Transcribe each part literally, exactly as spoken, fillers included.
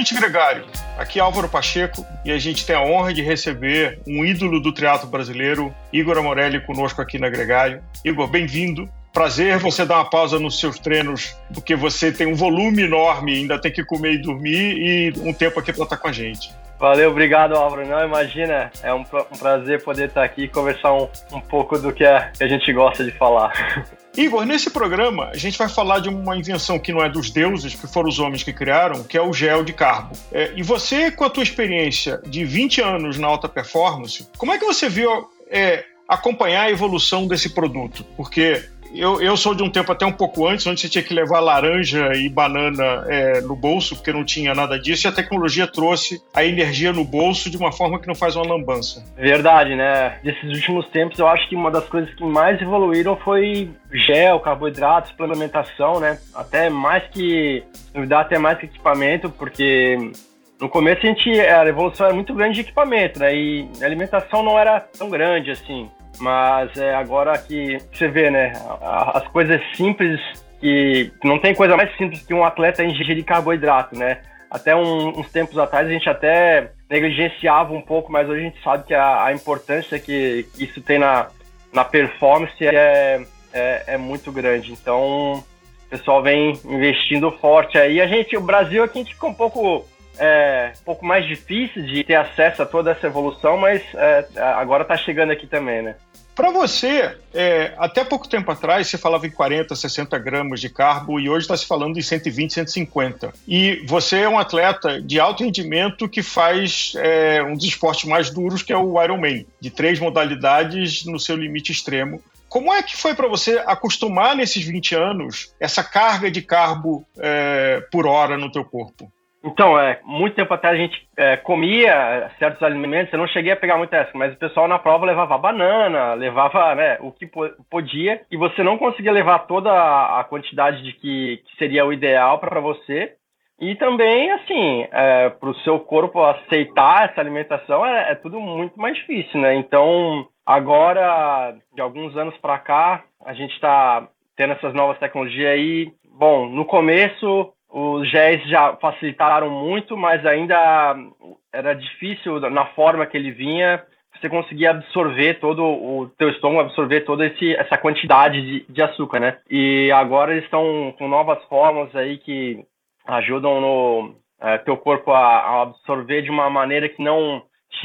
ouvinte gregário, aqui é Álvaro Pacheco e a gente tem a honra de receber um ídolo do triatlo brasileiro, Igor Amorelli, conosco aqui na Gregário. Igor, bem-vindo. Prazer você dar uma pausa nos seus treinos, porque você tem um volume enorme, ainda tem que comer e dormir e um tempo aqui para estar com a gente. Valeu, obrigado, Álvaro. Não, imagina, é um, um prazer poder estar aqui e conversar um, um pouco do que a, que a gente gosta de falar. Igor, nesse programa a gente vai falar de uma invenção que não é dos deuses, que foram os homens que criaram, que é o gel de carbo. É, e você, com a tua experiência de vinte anos na alta performance, como é que você viu é, acompanhar a evolução desse produto? Porque eu, eu sou de um tempo até um pouco antes, onde você tinha que levar laranja e banana é, no bolso, porque não tinha nada disso, e a tecnologia trouxe a energia no bolso de uma forma que não faz uma lambança. Verdade, né? Desses últimos tempos, eu acho que uma das coisas que mais evoluíram foi gel, carboidrato, suplementação, né? Até mais que, dá até mais que equipamento, porque no começo a gente, a evolução era muito grande de equipamento, né? E a alimentação não era tão grande assim. Mas é agora que você vê, né, as coisas simples, que não tem coisa mais simples que um atleta ingerir carboidrato, né? Até um, uns tempos atrás a gente até negligenciava um pouco, mas hoje a gente sabe que a, a importância que isso tem na, na performance é, é, é muito grande. Então o pessoal vem investindo forte aí. A gente, o Brasil aqui, a gente ficou um pouco... É um pouco mais difícil de ter acesso a toda essa evolução, mas é, agora está chegando aqui também, né? Para você, é, até pouco tempo atrás, você falava em quarenta, sessenta gramas de carbo e hoje está se falando em cento e vinte, cento e cinquenta. E você é um atleta de alto rendimento que faz é, um dos esportes mais duros, que é o Ironman, de três modalidades no seu limite extremo. Como é que foi para você acostumar nesses vinte anos essa carga de carbo é, por hora no teu corpo? Então, é, muito tempo atrás a gente é, comia certos alimentos, eu não cheguei a pegar muita essa, mas o pessoal na prova levava banana, levava, né, o que podia, e você não conseguia levar toda a quantidade de que, que seria o ideal para você. E também, assim, é, para o seu corpo aceitar essa alimentação é, é tudo muito mais difícil, né? Então, agora, de alguns anos para cá, a gente está tendo essas novas tecnologias aí. Bom, no começo... Os géis já facilitaram muito, mas ainda era difícil, na forma que ele vinha, você conseguir absorver todo o teu estômago, absorver toda esse, essa quantidade de, de açúcar, né? E agora eles estão com novas formas aí que ajudam no é, teu corpo a, a absorver de uma maneira que não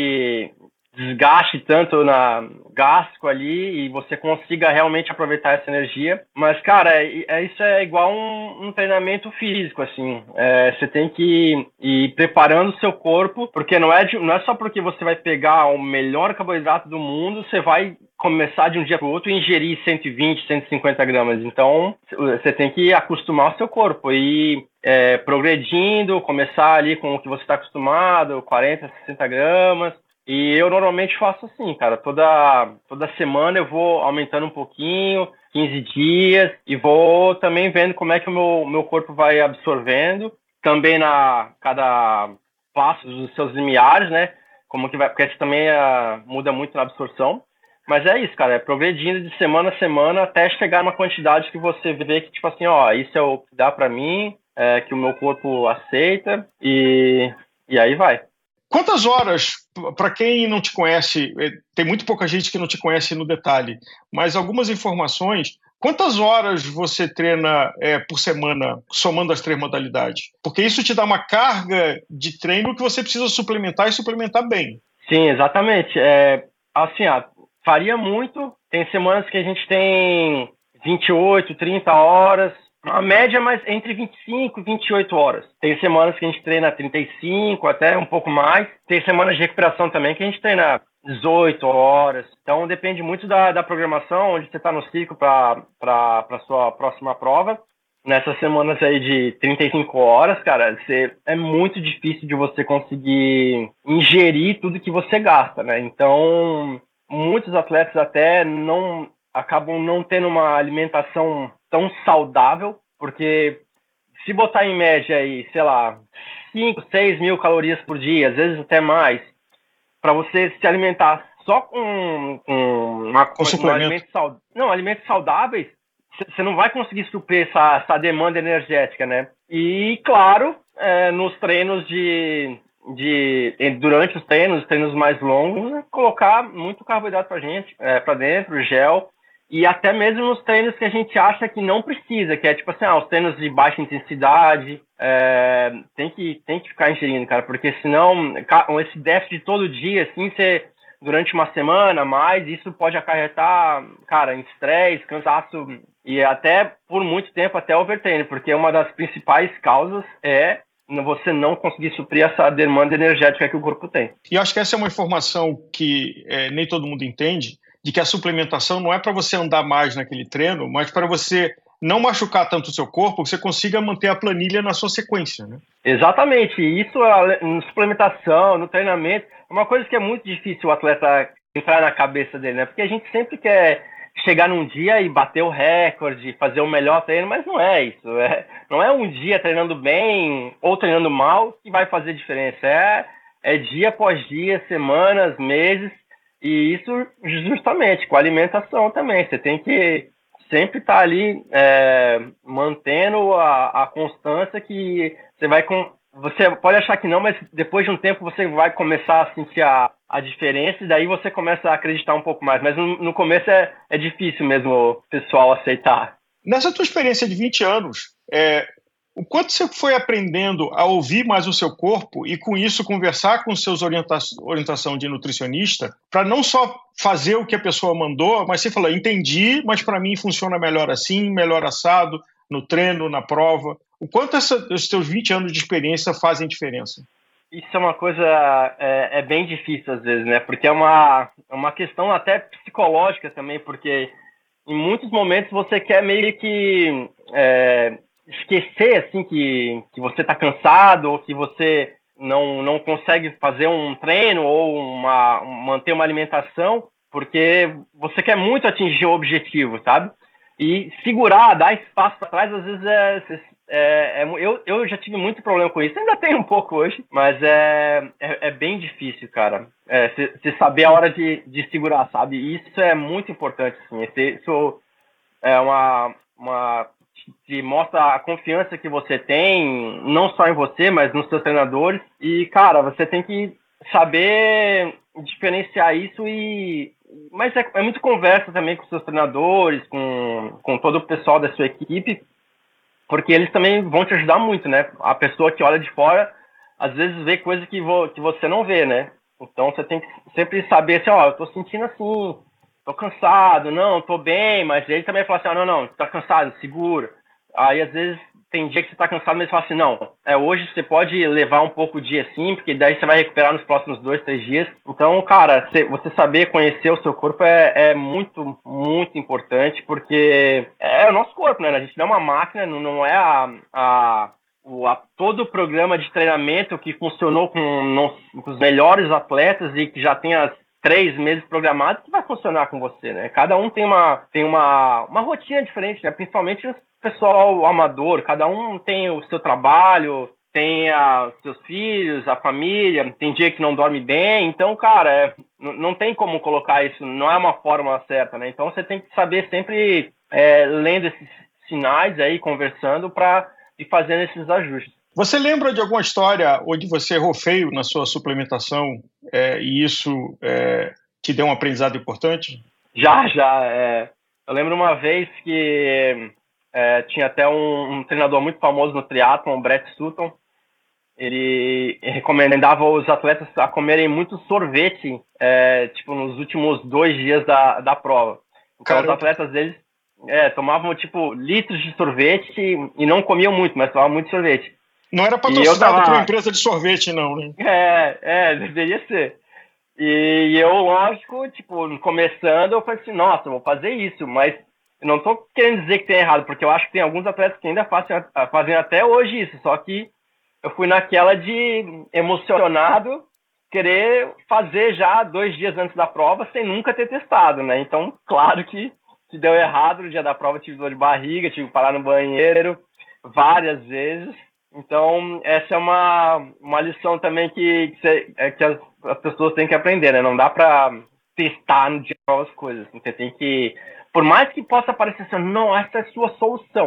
te desgaste tanto na gástrico ali e você consiga realmente aproveitar essa energia. Mas, cara, é, é, isso é igual um, um treinamento físico, assim. É, você tem que ir preparando o seu corpo, porque não é, de, não é só porque você vai pegar o melhor carboidrato do mundo, você vai começar de um dia para o outro e ingerir cento e vinte, cento e cinquenta gramas. Então, você tem que acostumar o seu corpo e é, progredindo, começar ali com o que você está acostumado, quarenta, sessenta gramas. E eu normalmente faço assim, cara, toda, toda semana eu vou aumentando um pouquinho, quinze dias, e vou também vendo como é que o meu, meu corpo vai absorvendo, também na cada passo dos seus limiares, né, como que vai, porque isso também uh, muda muito na absorção. Mas é isso, cara, é progredindo de semana a semana até chegar numa quantidade que você vê que, tipo assim, ó, isso é o que dá pra mim, é, que o meu corpo aceita, e, e aí vai. Quantas horas, para quem não te conhece, tem muito pouca gente que não te conhece no detalhe, mas algumas informações, quantas horas você treina é, por semana, somando as três modalidades? Porque isso te dá uma carga de treino que você precisa suplementar e suplementar bem. Sim, exatamente. É, assim, ó, varia muito. Tem semanas que a gente tem vinte e oito, trinta horas, a média é mais entre vinte e cinco e vinte e oito horas. Tem semanas que a gente treina trinta e cinco, até um pouco mais. Tem semanas de recuperação também que a gente treina dezoito horas. Então depende muito da, da programação, onde você está no ciclo para a sua próxima prova. Nessas semanas aí de trinta e cinco horas, cara, você, é muito difícil de você conseguir ingerir tudo que você gasta, né? Então, muitos atletas até não acabam não tendo uma alimentação tão saudável, porque se botar em média aí, sei lá, cinco, seis mil calorias por dia, às vezes até mais, para você se alimentar só com, com, uma, com um alimento saudável, não, alimentos saudáveis, você não vai conseguir suprir essa, essa demanda energética, né? E, claro, é, nos treinos de, de... Durante os treinos, os treinos mais longos, né, colocar muito carboidrato pra gente, é, pra dentro, gel. E até mesmo nos treinos que a gente acha que não precisa, que é tipo assim, ah, os treinos de baixa intensidade, é, tem, que, tem que ficar ingerindo, cara, porque senão, esse déficit todo dia, assim, você, durante uma semana, mais, isso pode acarretar, cara, em estresse, cansaço, e até, por muito tempo, até overtraining, porque uma das principais causas é você não conseguir suprir essa demanda energética que o corpo tem. E acho que essa é uma informação que é, nem todo mundo entende, de que a suplementação não é para você andar mais naquele treino, mas para você não machucar tanto o seu corpo, que você consiga manter a planilha na sua sequência, né? Exatamente. Isso, na suplementação, no treinamento, é uma coisa que é muito difícil o atleta entrar na cabeça dele, né? Porque a gente sempre quer chegar num dia e bater o recorde, fazer o melhor treino, mas não é isso. É, não é um dia treinando bem ou treinando mal que vai fazer diferença. É, é dia após dia, semanas, meses. E isso justamente com a alimentação também. Você tem que sempre estar tá ali é, mantendo a, a constância que você vai com. Você pode achar que não, mas depois de um tempo você vai começar a sentir a, a diferença e daí você começa a acreditar um pouco mais. Mas no, no começo é, é difícil mesmo o pessoal aceitar. Nessa tua experiência de vinte anos, é, o quanto você foi aprendendo a ouvir mais o seu corpo e, com isso, conversar com os seus orienta orientação de nutricionista para não só fazer o que a pessoa mandou, mas você falou, entendi, mas para mim funciona melhor assim, melhor assado, no treino, na prova. O quanto essa, os seus vinte anos de experiência fazem diferença? Isso é uma coisa é, é bem difícil às vezes, né? Porque é uma, é uma questão até psicológica também, porque em muitos momentos você quer meio que... É, esquecer assim que, que você está cansado ou que você não, não consegue fazer um treino ou uma, manter uma alimentação porque você quer muito atingir o objetivo, sabe? E segurar, dar espaço para trás, às vezes é... é, é eu, eu já tive muito problema com isso, ainda tenho um pouco hoje, mas é, é, é bem difícil, cara. É, você saber a hora de, de segurar, sabe? E isso é muito importante, assim. Isso é uma... uma que mostra a confiança que você tem, não só em você, mas nos seus treinadores. E, cara, você tem que saber diferenciar isso e... Mas é, é muito conversa também com seus treinadores, com, com todo o pessoal da sua equipe, porque eles também vão te ajudar muito, né? A pessoa que olha de fora, às vezes vê coisa que, vo, que você não vê, né? Então, você tem que sempre saber assim, ó, eu tô sentindo assim... Tô cansado, não, tô bem, mas ele também fala assim, ah, não, não, tá cansado, segura. Aí, às vezes, tem dia que você tá cansado, mas ele fala assim, não, é, hoje você pode levar um pouco o dia assim, porque daí você vai recuperar nos próximos dois, três dias. Então, cara, você saber conhecer o seu corpo é, é muito, muito importante, porque é o nosso corpo, né? A gente não é uma máquina, não, não é a... a O, a, todo o programa de treinamento que funcionou com, no, com os melhores atletas e que já tem as três meses programados, que vai funcionar com você, né? Cada um tem uma, tem uma, uma rotina diferente, né? Principalmente o pessoal amador, cada um tem o seu trabalho, tem a, os seus filhos, a família, tem dia que não dorme bem, então, cara, é, não tem como colocar isso, não é uma fórmula certa, né? Então você tem que saber sempre é, lendo esses sinais aí, conversando para ir fazendo esses ajustes. Você lembra de alguma história onde você errou feio na sua suplementação é, e isso é, te deu um aprendizado importante? Já, já. É. Eu lembro uma vez que é, tinha até um, um treinador muito famoso no triatlon, o Brett Sutton. Ele recomendava os atletas a comerem muito sorvete, é, tipo, nos últimos dois dias da, da prova. Então, Caramba. Os atletas deles é, tomavam, tipo, litros de sorvete e não comiam muito, mas tomavam muito sorvete. Não era patrocinado tava... por uma empresa de sorvete, não, né? É, é, deveria ser. E eu, lógico, tipo, começando, eu falei assim, nossa, eu vou fazer isso, mas eu não tô querendo dizer que tem errado, porque eu acho que tem alguns atletas que ainda fazem, fazem até hoje isso, só que eu fui naquela de emocionado, querer fazer já dois dias antes da prova, sem nunca ter testado, né? Então, claro que, que deu errado, no dia da prova tive dor de barriga, tive que parar no banheiro várias vezes. Então, essa é uma, uma lição também que, que, você, é, que as, as pessoas têm que aprender, né? Não dá pra testar no dia novas coisas. Você tem que... Por mais que possa parecer assim, não, essa é a sua solução.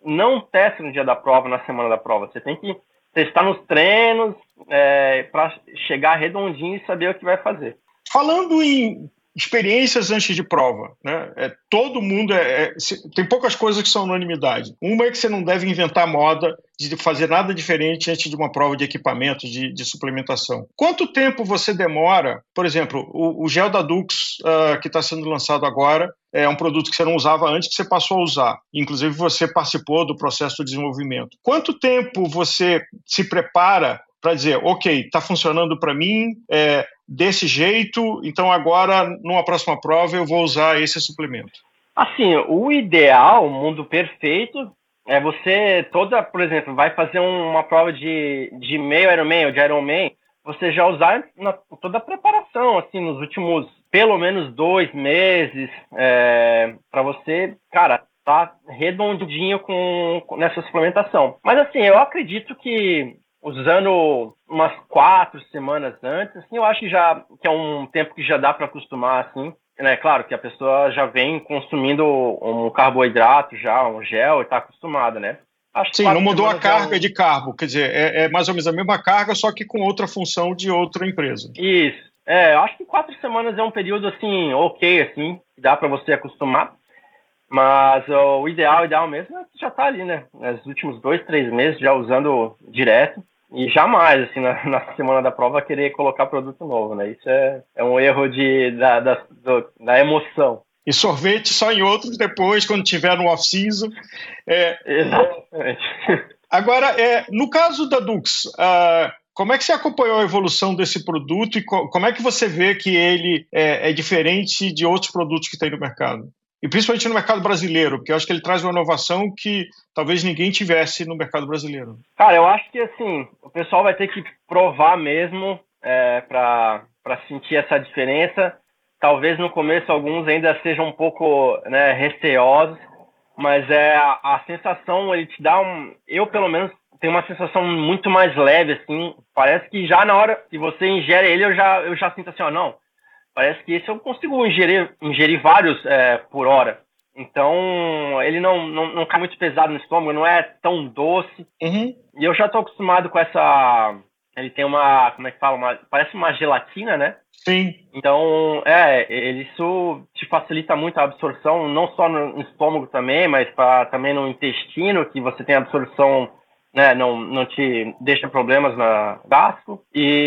não testa no dia da prova, na semana da prova. Você tem que testar nos treinos é, para chegar redondinho e saber o que vai fazer. Falando em experiências antes de prova, né? É, todo mundo é, é, se, tem poucas coisas que são unanimidade. Uma é que você não deve inventar moda de fazer nada diferente antes de uma prova de equipamento, de, de suplementação. Quanto tempo você demora? Por exemplo, o, o gel da Dux uh, que está sendo lançado agora é um produto que você não usava antes, que você passou a usar. Inclusive, você participou do processo de desenvolvimento. Quanto tempo você se prepara para dizer, ok, está funcionando para mim, é, desse jeito, então agora, numa próxima prova, eu vou usar esse suplemento? Assim, o ideal, o mundo perfeito, é você, toda, por exemplo, vai fazer uma prova de, de meio Ironman ou de Ironman, você já usar na, toda a preparação, assim, nos últimos, pelo menos dois meses, é, para você, cara, tá redondinho com, com nessa suplementação. Mas, assim, eu acredito que usando umas quatro semanas antes, assim, eu acho que já que é um tempo que já dá para acostumar, assim. É claro que a pessoa já vem consumindo um carboidrato, já um gel, e está acostumada, né? Acho Sim, não mudou a carga é um... de carbo, quer dizer, é, é mais ou menos a mesma carga, só que com outra função de outra empresa. Isso. É, eu acho que quatro semanas é um período, assim, ok, assim, dá para você acostumar. Mas ó, o ideal, o ideal mesmo é que já tá ali, né? Nos últimos dois, três meses já usando direto. E jamais, assim, na, na semana da prova, querer colocar produto novo, né? Isso é, é um erro de, da, da, do, da emoção. E sorvete só em outros depois, quando tiver no off-season. É... Exatamente. Agora, é, no caso da Dux, uh, como é que você acompanhou a evolução desse produto e co- como é que você vê que ele é, é diferente de outros produtos que tem no mercado? E principalmente no mercado brasileiro, porque eu acho que ele traz uma inovação que talvez ninguém tivesse no mercado brasileiro. Cara, eu acho que assim, o pessoal vai ter que provar mesmo é, para sentir essa diferença. Talvez no começo alguns ainda sejam um pouco, né, receosos, mas é, a, a sensação, ele te dá um... Eu, pelo menos, tenho uma sensação muito mais leve, assim. Parece que já na hora que você ingere ele, eu já, eu já sinto assim, ó, não... Parece que esse eu consigo ingerir, ingerir vários é, por hora. Então, ele não, não, não cai muito pesado no estômago, não é tão doce. Uhum. E eu já estou acostumado com essa... Ele tem uma... Como é que fala? Uma, parece uma gelatina, né? Sim. Então, é, ele, isso te facilita muito a absorção, não só no estômago também, mas pra, também no intestino, que você tem absorção, né? Não, não te deixa problemas na gasto.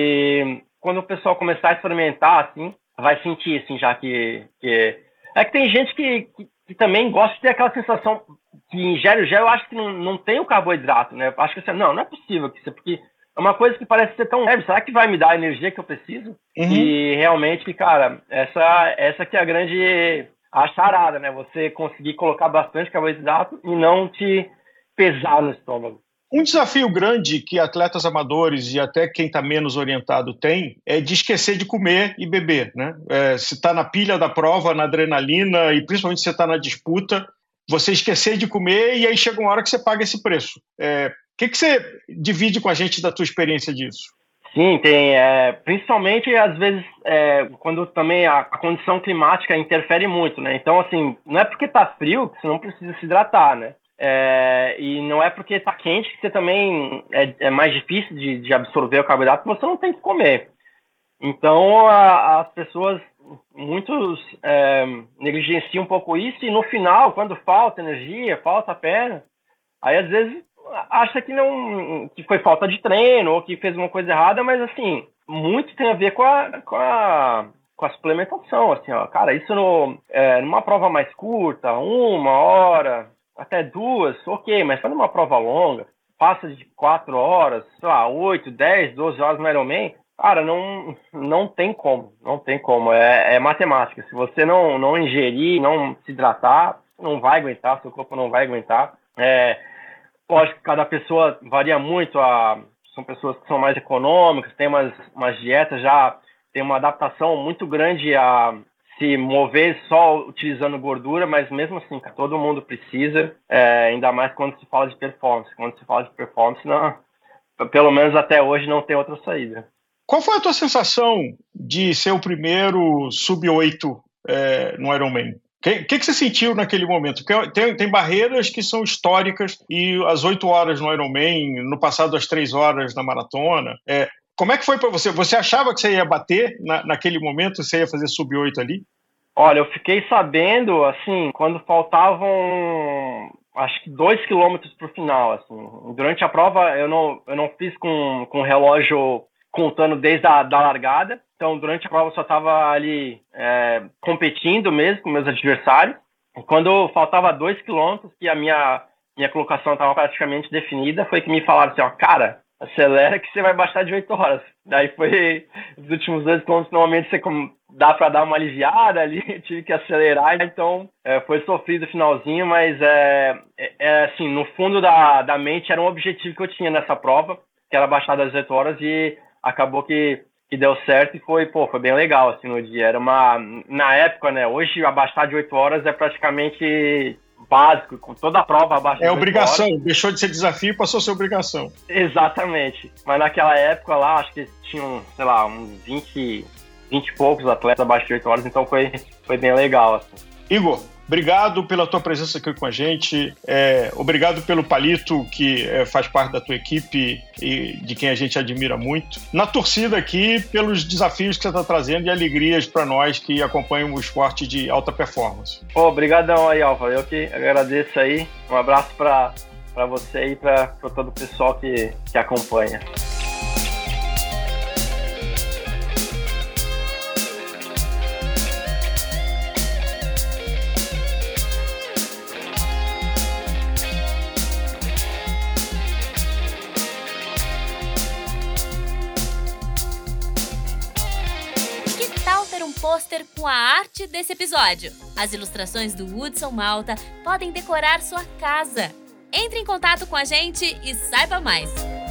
E quando o pessoal começar a experimentar, assim... vai sentir, assim, já que... que... É que tem gente que, que, que também gosta de ter aquela sensação que ingere o gel, eu acho que não, não tem o carboidrato, né? Eu acho que assim, não, não é possível que isso, porque é uma coisa que parece ser tão leve, será que vai me dar a energia que eu preciso? Uhum. E realmente, cara, essa, essa que é a grande a charada, né? Você conseguir colocar bastante carboidrato e não te pesar no estômago. Um desafio grande que atletas amadores e até quem está menos orientado tem é de esquecer de comer e beber, né? É, se está na pilha da prova, na adrenalina e principalmente se você está na disputa, você esquecer de comer e aí chega uma hora que você paga esse preço. É, o que, que você divide com a gente da tua experiência disso? Sim, tem. É, principalmente, às vezes, é, quando também a, a condição climática interfere muito, né? Então, assim, não é porque está frio que você não precisa se hidratar, né? É, e não é porque está quente que você também é, é mais difícil de, de absorver o carboidrato, que você não tem que comer. Então a, as pessoas, muitos é, negligenciam um pouco isso e no final, quando falta energia, falta perna, aí às vezes acha que não, que foi falta de treino ou que fez uma coisa errada, mas assim, muito tem a ver com a, com a, com a suplementação, assim, ó, cara, isso no, é, numa prova mais curta, uma hora, até duas, ok, mas quando uma prova longa, passa de quatro horas, sei lá, oito, dez, doze horas no Ironman, cara, não, não tem como, não tem como, é, é matemática. Se você não, não ingerir, não se hidratar, não vai aguentar, seu corpo não vai aguentar. É, lógico que cada pessoa varia muito, a, são pessoas que são mais econômicas, tem umas, umas dietas já, tem uma adaptação muito grande a se mover só utilizando gordura, mas mesmo assim, todo mundo precisa, é, ainda mais quando se fala de performance. Quando se fala de performance, não, pelo menos até hoje não tem outra saída. Qual foi a tua sensação de ser o primeiro sub oito é, no Ironman? que, que, que você sentiu naquele momento? Porque tem, tem barreiras que são históricas e as oito horas no Ironman, no passado as três horas na maratona. É, como é que foi para você? Você achava que você ia bater na, naquele momento? Você ia fazer sub oito ali? Olha, eu fiquei sabendo, assim, quando faltavam, acho que dois quilômetros para o final, assim. Durante a prova, eu não, eu não fiz com, com o relógio contando desde a da largada. Então, durante a prova, eu só estava ali é, competindo mesmo com meus adversários. E quando faltava dois quilômetros, que a minha, minha colocação estava praticamente definida, foi que me falaram assim, ó, cara, acelera que você vai baixar de oito horas. Daí foi, os últimos dois quilômetros, normalmente você dá para dar uma aliviada ali, tive que acelerar, então é, foi sofrido o finalzinho, mas é, é, assim, no fundo da, da mente era um objetivo que eu tinha nessa prova, que era baixar das oito horas, e acabou que, que deu certo e foi, pô, foi bem legal, assim, no dia. Era uma, na época, né, hoje abaixar de oito horas é praticamente básico, com toda a prova abaixo de oito horas. É obrigação, deixou de ser desafio e passou a ser obrigação. Exatamente, mas naquela época lá, acho que tinham, sei lá, uns vinte, vinte e poucos atletas abaixo de oito horas, então foi, foi bem legal, assim. Igor, obrigado pela tua presença aqui com a gente, é, obrigado pelo Palito, que é, faz parte da tua equipe e de quem a gente admira muito. Na torcida aqui, pelos desafios que você está trazendo e alegrias para nós que acompanham o esporte de alta performance. Pô, obrigadão aí, Alva, eu que agradeço aí, um abraço para você e para todo o pessoal que, que acompanha. Pôster com a arte desse episódio. As ilustrações do Hudson Malta podem decorar sua casa. Entre em contato com a gente e saiba mais.